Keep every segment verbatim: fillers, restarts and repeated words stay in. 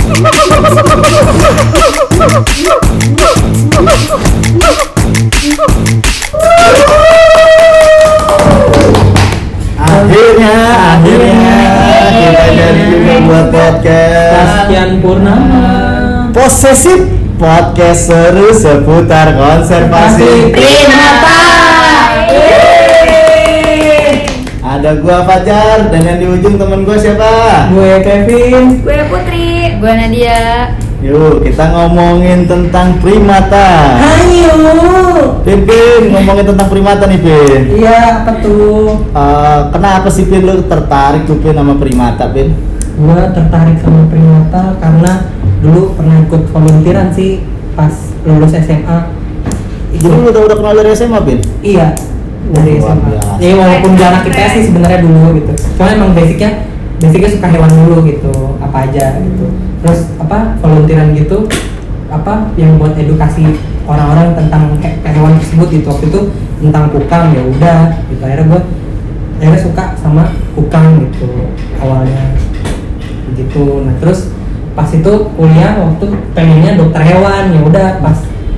Akhirnya, akhirnya kita jadi juga buat podcast. Sekian Purnama. Posesif podcast seru seputar konservasi primata. Ada gua Fajar dan yang di ujung temen gua siapa? Gue Kevin. Gue Putri. Gue Nadia. Yuk kita ngomongin tentang primata. Ayo. Pin, Pin, ngomongin tentang primata nih Pin. Iya, apa tuh? Uh, kenapa sih Pin lu tertarik tuh Pin sama primata Pin? Gue tertarik sama primata karena dulu pernah ikut volunteeran sih pas lulus S M A. Jadi lu udah udah kenal dari S M A Pin? Iya, dari S M A. Ya walaupun gak anak I P S sih sebenarnya dulu gitu. Cuma emang basicnya basicnya suka hewan dulu gitu, apa aja gitu. Terus apa volunteeran gitu, apa yang buat edukasi orang-orang tentang he- hewan tersebut gitu. Waktu itu tentang kukang, ya udah gitu. Akhirnya gue akhirnya suka sama kukang gitu awalnya gitu. Nah terus pas itu kuliah waktu pengennya dokter hewan, ya udah pas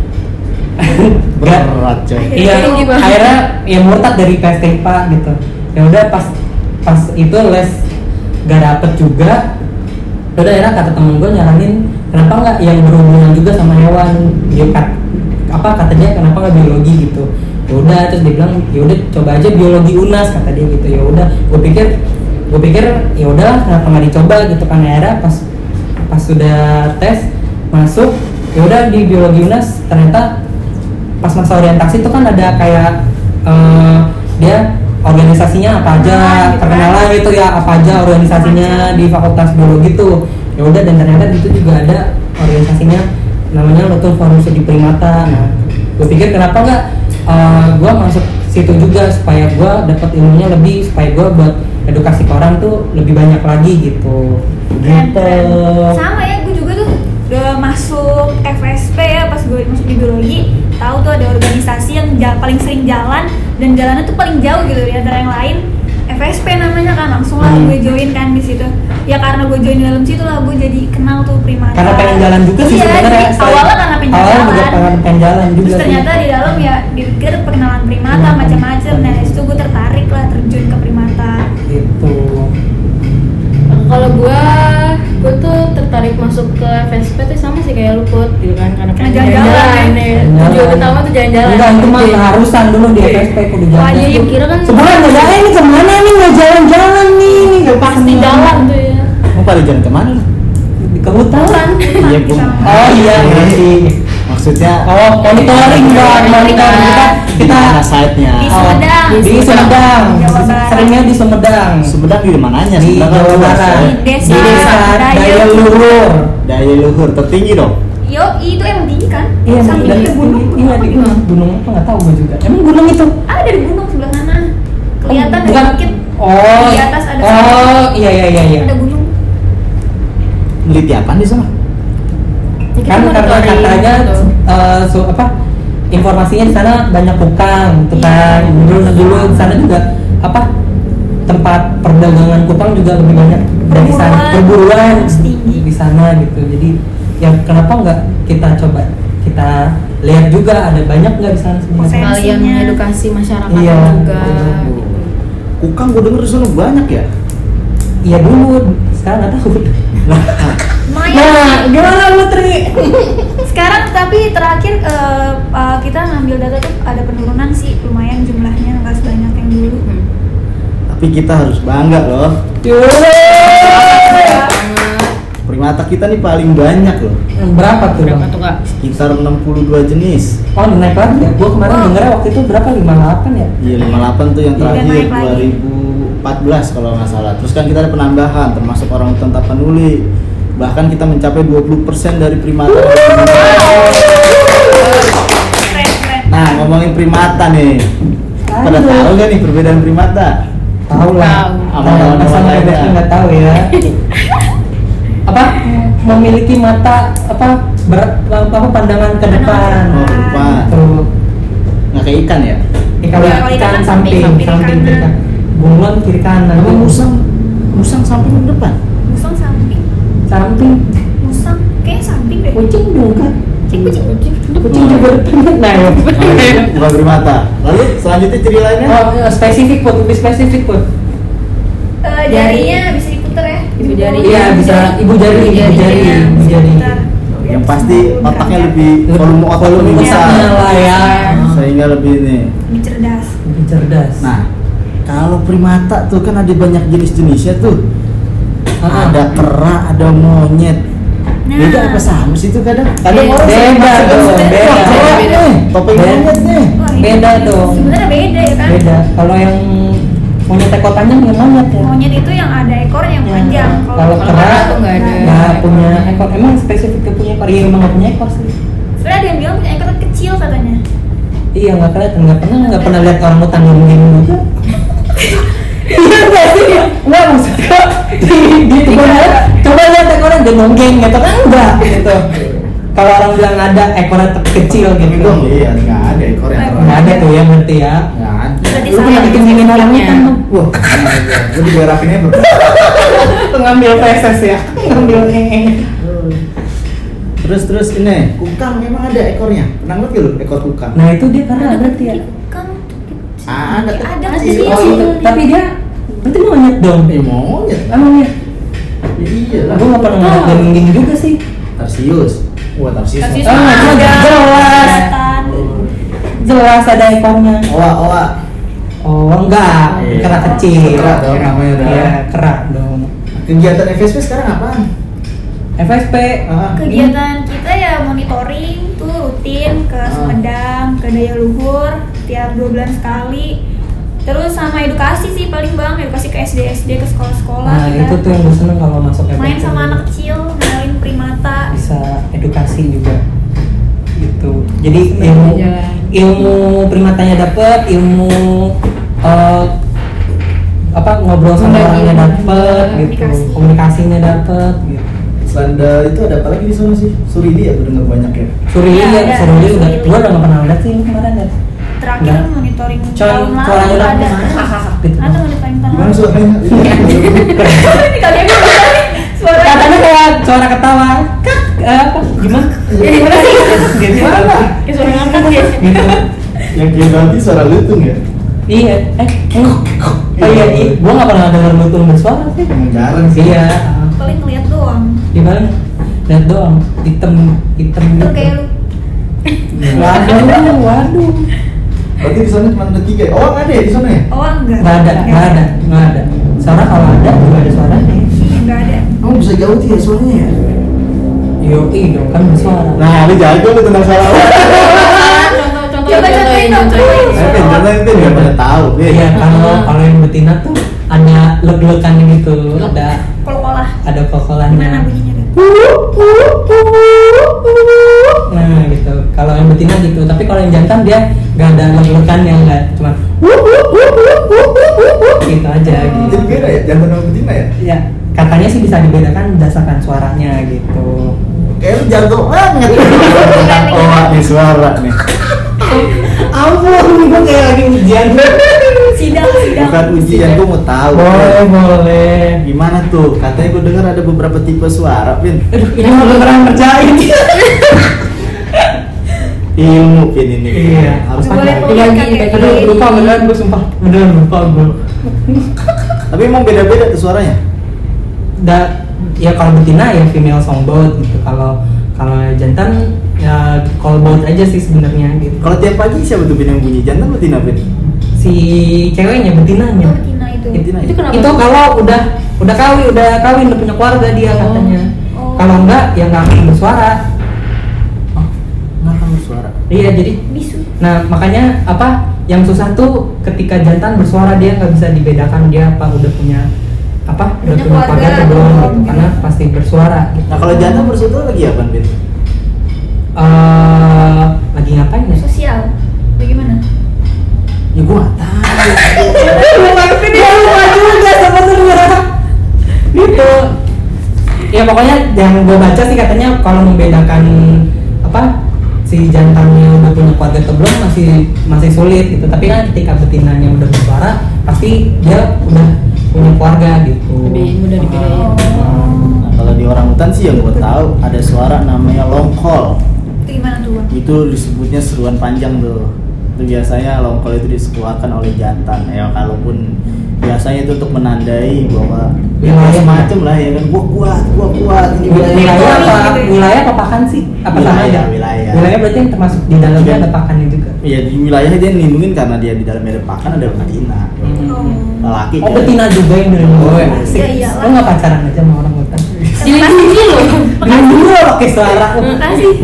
berat coy. iya akhirnya ya murtad dari P S T I P A gitu. Ya udah pas pas itu les gak dapet juga. Udah akhirnya kata temen gue nyaranin kenapa nggak yang berhubungan juga sama hewan. Dia kat, apa katanya kenapa nggak biologi gitu. Ya udah terus dia bilang ya udah coba aja biologi U N A S kata dia gitu. Ya udah gue pikir gue pikir ya udah kenapa nggak dicoba gitu kan. Akhirnya pas pas sudah tes masuk ya udah di biologi U N A S ternyata pas masa orientasi itu kan ada kayak uh, dia organisasinya apa aja, perkenalan gitu ya apa aja organisasinya di fakultas biologi tuh. Ya udah dan ternyata itu juga ada organisasinya namanya Lotus Forum Studi Primata. Nah, gue pikir kenapa nggak uh, gue masuk situ juga supaya gue dapat ilmunya lebih, supaya gue buat edukasi ke orang tuh lebih banyak lagi gitu. Gitu. Sama ya, gue juga tuh udah masuk F S P ya, pas gue masuk di biologi tahu tuh ada organisasi yang ja- paling sering jalan dan jalannya tuh paling jauh gitu di antara yang lain. F S P namanya kan, langsung lah hmm. gue join kan di situ. Ya karena gue join di dalam situ lah gue jadi kenal tuh primata. Karena pengen jalan juga sih iya, sebenarnya. Awalnya karena pengen awalnya jalan. juga pengen, pengen jalan juga. Terus ternyata sih. di dalam ya dipikir perkenalan primata Hmm. macam-macam. Nah dari situ gue tertarik lah terjun ke primata. Gitu. Kalau gue, gue tuh tertarik masuk ke F S P tuh sama sih kayak lu Put gitu kan, karena pengen Jalan-jalan. jalan-jalan ya. Jalan-jalan. Tujuan utama tuh jalan-jalan. Enggak, itu mah keharusan dulu di F S P kudu Wah, jalan. jadi kira kan Sebenarnya nggak jalan ini kemana nih, nggak jalan-jalan nih, nih nggak pasti jalan tuh ya. Mau pada jalan kemana lu? di kehutan. Iya Bung. Oh iya ngerti. Maksudnya Oh monitoring bang, monitoring kita kita mana site-nya? Di oh, Sumedang. di Sumedang, Jawa Barat. seringnya di Sumedang. Sumedang di mananya? Di Sumedang Jawa kan luas, Barat, ya? Di desa di desa Daya Daya Luhur. Daya luhur tertinggi dong. Yo, itu emang tinggi kan? Iya, Samping dan ada gunung. iya di gunung, gunung apa nggak tahu gue juga. Emang gunung itu? Ada di gunung sebelah sana. Kelihatan Oh, bukan. sedikit. Oh, Di atas ada oh iya iya iya iya. ada gunung. Meliti apaan di sana? Ya, kita Kan karena monitoring katanya gitu. eh, so, apa informasinya di sana banyak kukang, gitu Iya. kan. Dulu dulu di sana juga apa tempat perdagangan kukang juga lebih banyak dari sana, Perburuan. perburuan Tinggi. di sana gitu. Jadi ya kenapa nggak kita coba kita lihat juga ada banyak nggak di sana sebenarnya. Potensi. Sekalian Potensinya. mengedukasi masyarakat Iya. juga. Kukang gue denger di sana banyak ya. Iya dulu, sekarang nggak tahu. Lumayan. Nah, gimana lu Tri? Sekarang tapi terakhir eh, eh, kita ngambil data tuh ada penurunan sih, lumayan jumlahnya nggak sebanyak yang dulu. Hmm. Tapi kita harus bangga loh. Primata kita nih paling banyak loh. Berapa tuh? Berapa Bang? tuh Kak? Sekitar enam puluh dua jenis. Oh, naik lagi ya? Gua kemarin Wow. dengernya waktu itu berapa? lima puluh delapan ya? Iya lima puluh delapan tuh yang Iya, terakhir naik lagi. dua ribu empat belas kalau nggak salah. Terus kan kita ada penambahan termasuk orang utan tapanuli. Bahkan kita mencapai dua puluh persen dari primata. Keren, keren. Nah ngomongin primata nih. Pada Aduh. tahu nggak nih perbedaan primata? Tahu lah. Tahu. Apa Nah, tahu masa nama mereka lainnya? nggak tahu ya? Apa memiliki mata apa ber, apa pandangan ke depan? Oh, ke depan. Terus Nggak kayak ikan ya? eh, kalau Ya, kalau ikan ikan samping, samping, samping kiri kiri kanan. kanan, bunglon kiri kanan. Emang musang musang samping ke depan? Musang samping. Samping. Musang kucing. Kucing juga nah ya. Bukan primata. Lalu selanjutnya ciri lainnya? Oh, ya, spesifik put, lebih spesifik put. Eh, jarinya bisa diputer ya? Ibu jari. Iya bisa ibu jari, ibu jari, Jarinya ibu bisa jari. diputer. Yang pasti otaknya lebih volume otak Volume lebih besar. otaknya lah ya. Sehingga lebih ini. Lebih cerdas. Lebih cerdas. Nah, kalau primata tuh kan ada banyak jenis-jenisnya tuh. Ah. Ada kera, ada monyet. Nah. Beda apa sama sih tuh kadang? Kadang Beda. orang sering Beda masuk dong, ke- beda. Wah, kera Beda. nih, topeng Beda. monyet nih. Wah, Beda ini dong. Sebenarnya beda ya kan? Beda. Kalau yang monyet ekor panjang yang monyet ya. Monyet itu yang ada ekor yang Ya. panjang. Kalau Kalau kera kera tuh nggak ada. nggak punya ekor. Emang spesifik dia punya ekor? Iya emang nggak punya ekor sih. Sebenarnya ada yang bilang punya ekor kecil katanya. Iya nggak kelihatan, nggak pernah nggak pernah lihat orang hutan ngomongin juga. Iya nggak sih? Nggak maksudnya di di coba lihat coba lihat ekornya dia nonggeng gitu kan enggak gitu. Kalau orang bilang ada ekornya te- kecil gitu. Itu iya, nggak ada ekor yang kera. Nggak ada tuh ya berarti ya. Nggak ada. Berarti Lu pernah salah. ditunjukin orang hutan tuh? Wah, gue digerakinnya bro. Pengambil feses ya, pengambil ngeng. Terus terus ini, kukang memang ada ekornya. Pernah ngeliat gak lu ekor kukang? Nah itu dia karena berarti ya. Kan Ah, ada ada kecil. kecil. Oh itu, tapi dia berarti monyet dong. Eh monyet. Emang ya? Ya, iya lah. Gue nggak pernah ngeliat dia nungging juga sih. Tarsius. Wah, Tarsius. Tarsius Ah, mah jelas. ada. Jelas. Kelihatan. Jelas ada ekornya. Owa, owa. Oh enggak, Iya. kera kecil. Kera dong namanya dah. Iya, kera dong. Kegiatan F S P sekarang apaan? F S P. Ah, Kegiatan kita ya monitoring tuh rutin ke Ah. Sumedang, ke Daya Luhur tiap dua bulan sekali. Terus sama edukasi sih paling bang, edukasi ke S D S D ke sekolah-sekolah. Nah kita itu tuh yang gue seneng kalau masuk F S P. main sama anak kecil, ngenalin primata. Bisa edukasi juga. Gitu. Jadi Sambil ilmu jalan. ilmu primatanya dapet, ilmu eh, apa ngobrol sama Membagi orangnya ilmu dapet, juga, gitu. komunikasi. Komunikasinya dapet. Gitu. Selain da- itu ada apa lagi di sana sih? Surili ya, gue dengar banyak ya. Surili Iya, ya, ada. Surili udah, Surili. gua udah nggak pernah lihat sih ini kemarin ya. Terakhir Nggak. monitoring Coy, tahun lalu suaranya udah ada. gitu. Ada monitoring tahun Gimana lalu. suaranya? Ini kalian bisa nih suara. Katanya kayak suara ketawa. Kak, eh, apa? Gimana? Ya, gimana sih? Gitu. Kayak suara ngangkat ya. Gitu. Yang kayak nanti suara lutung ya? Iya, eh, eh. Oh iya, iya. Gua nggak pernah dengar lutung bersuara sih. Emang jarang sih. Iya. Paling ngeliat doang. Di mana? Lihat doang, hitam, hitam Itu gitu. kayak lu. Waduh, waduh. Berarti di sana cuma ada tiga. Oh, nggak ada ya di sana ya? Oh enggak. Nggak ada, nggak ada, nggak ada. Suara kalau ada juga ada suaranya. Iya, enggak ada. Kamu bisa jauh ya suaranya ya? Yo, dong kan bersuara. Nah, lu jago lu tentang suara. Contoh, contoh, Coba contohin dong, contohin. Saya kan contohin itu nggak pada tahu. Vin. Iya, kalau kalau yang betina tuh ada lek-lekannya gitu, ada Kol-kolah. ada Gimana kokolannya. bunyinya deh? Nah gitu. Kalau yang betina gitu, tapi kalau yang jantan dia nggak ada lek-lekannya, nggak cuma gitu aja gitu. Jadi beda ya, jantan sama betina ya? Ya katanya sih bisa dibedakan berdasarkan suaranya gitu. Kayak lu jago banget. Oh, nih suara nih. Ampun, gue kayak lagi ujian. Sidang, sidang. Bukan ujian, gue mau tahu. Boleh, boleh. Gimana tuh? Katanya gue dengar ada beberapa tipe suara, Pin. Aduh, ini mah beneran ngerjain. Ilmu, Pin ini. Iya, Harus Nggak boleh pakai. punya Lagi, kakek aduh, ini. lupa beneran gue sumpah, beneran lupa gue. Tapi emang beda-beda tuh suaranya. Da, ya kalau betina ya female songbird gitu. Kalau kalau jantan ya call boat aja sih sebenarnya gitu. Kalau tiap pagi siapa tuh Pin yang bunyi? Jantan betina, Pin? Si ceweknya betinanya. Oh, betina itu. Betina Itu ya? kenapa? Itu kalau udah udah kawin, udah kawin, udah punya keluarga dia Oh. katanya. Oh. Kalau enggak ya nggak akan bersuara. Oh, nggak akan bersuara. Iya jadi. Bisu. Nah makanya apa yang susah tuh ketika jantan bersuara dia nggak bisa dibedakan dia apa udah punya apa udah Punya punya keluarga keluarga atau belum atau gitu. Karena gitu. pasti bersuara. Gitu. Nah, kalau jantan bersuara lagi apa, Pin? Eh, lagi ngapain ya? Sosial. Bagaimana? Ya gue nggak tahu. Dia lupa juga sebenarnya. Gitu. Ya pokoknya yang gue baca sih katanya kalau membedakan apa si jantannya udah punya keluarga atau belum masih masih sulit gitu. Tapi kan ketika betinanya udah bersuara pasti dia udah punya keluarga gitu. Lebih mudah dibedain. Oh. Nah, kalau di orang hutan sih yang gue tahu ada suara namanya longkol. Itu gimana tuh? itu disebutnya seruan panjang tuh. Itu biasanya longkol itu dikeluarkan oleh jantan ya, kalaupun biasanya itu untuk menandai bahwa ya macam lah ya kan, gua kuat, gua kuat ini wilayah wilayah apa gitu ya. wilayah apa pakan sih apa sama Wilayah, aja wilayah. wilayah berarti yang termasuk di dalamnya ada pakannya juga. Iya, di wilayahnya dia nindungin karena dia di dalamnya ada pakan, ada betina. Hmm. Laki Oh kan. betina juga yang dari Oh, gue. iya. Asik. Iya, iyalah. Lo nggak pacaran aja sama orang hutan? Dilindungi loh. Dengan dulu pakai suara. Makasih.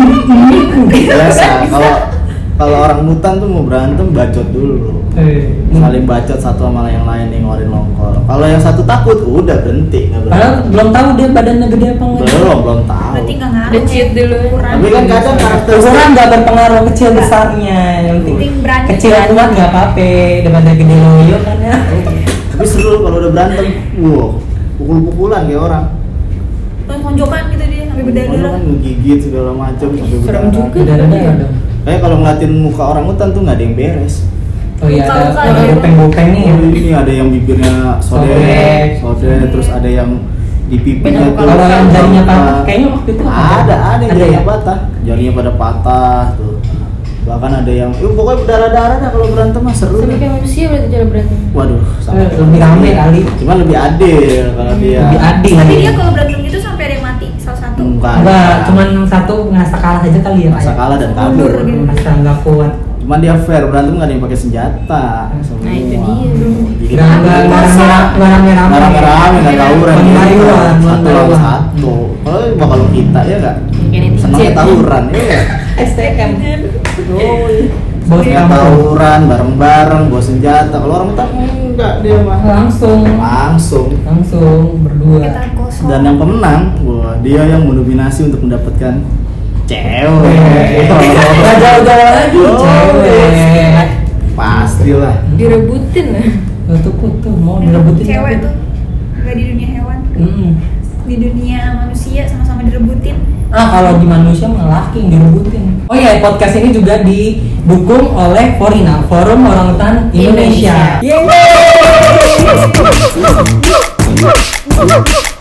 Biasa kalau kalau orang hutan tuh mau berantem bacot dulu. Eh. Saling bacot satu sama yang lain nih ngeluarin longkol. Kalau yang satu takut udah berhenti nggak Padahal berantem. belum tahu dia badannya gede apa enggak. Belum belum tahu. Berarti nggak ngaruh. Udah cheat dulu. Ukuran. Tapi kan kadang karakter Ukuran nggak berpengaruh kecil besarnya, yang penting Penting berani. kecil kuat nggak apa-apa, daripada gede loyo kan ya. tapi seru kalau udah berantem. Wow, pukul-pukulan kayak orang. Tonjokan gitu dia sampai Orang berdarah. kan ngegigit segala macam sampai Serem berdarah. juga. Udah ada dong. Kayak kalau ngeliatin muka orang hutan tuh nggak ada yang beres. Oh iya, ada Muka-muka ada dia. bopeng-bopeng nih. Oh, ini ada yang bibirnya sobek, Sobek. sobek, terus ada yang di pipinya Banyak tuh. Kalau yang jarinya patah, patah. kayaknya waktu itu ada, ada yang Ada jarinya ya? patah, jarinya pada patah tuh. Bahkan ada yang, yuk pokoknya berdarah-darah dah kalau berantem mah seru. Sampai dah. kayak manusia berarti cara berantem. Waduh, Eh, lebih rame kali. Cuman lebih adil kalau dia. Lebih adil. Tapi dia kalau berantem gitu sampai ada yang mati salah satu. Enggak. Enggak, cuman satu ngerasa kalah aja kali ya. Masa kayak. kalah dan kabur. Mundur gitu. Merasa nggak kuat. Cuman dia fair berantem nggak ada yang pakai senjata. Semua. Nah, itu dia, bro. Jadi Nggak nggak nggak rame- nggak rame-rame. nggak rame-rame, nggak tawuran. Bukan tawuran, bukan Satu lawan tawuran. satu. Kalau bakal kita ya nggak. Kayak Senangnya netizen. tawuran ya. S T M. Bos Bos kamu tawuran bareng-bareng, bawa senjata. Kalau orang hutan enggak dia mah. langsung Langsung. langsung berdua. Kita kosong. Dan yang pemenang, wah dia yang mendominasi untuk mendapatkan cewek. Nggak jauh-jauh lagi Oh, cewek. Pastilah. Direbutin lah. Tuh tuh mau direbutin Cewek apa? tuh nggak di dunia hewan, Mm-mm. di dunia manusia sama-sama direbutin. Ah kalau di manusia malah laki yang direbutin. Oh iya, podcast ini juga didukung oleh Forina, Forum Orangutan Indonesia. Indonesia. Yeay!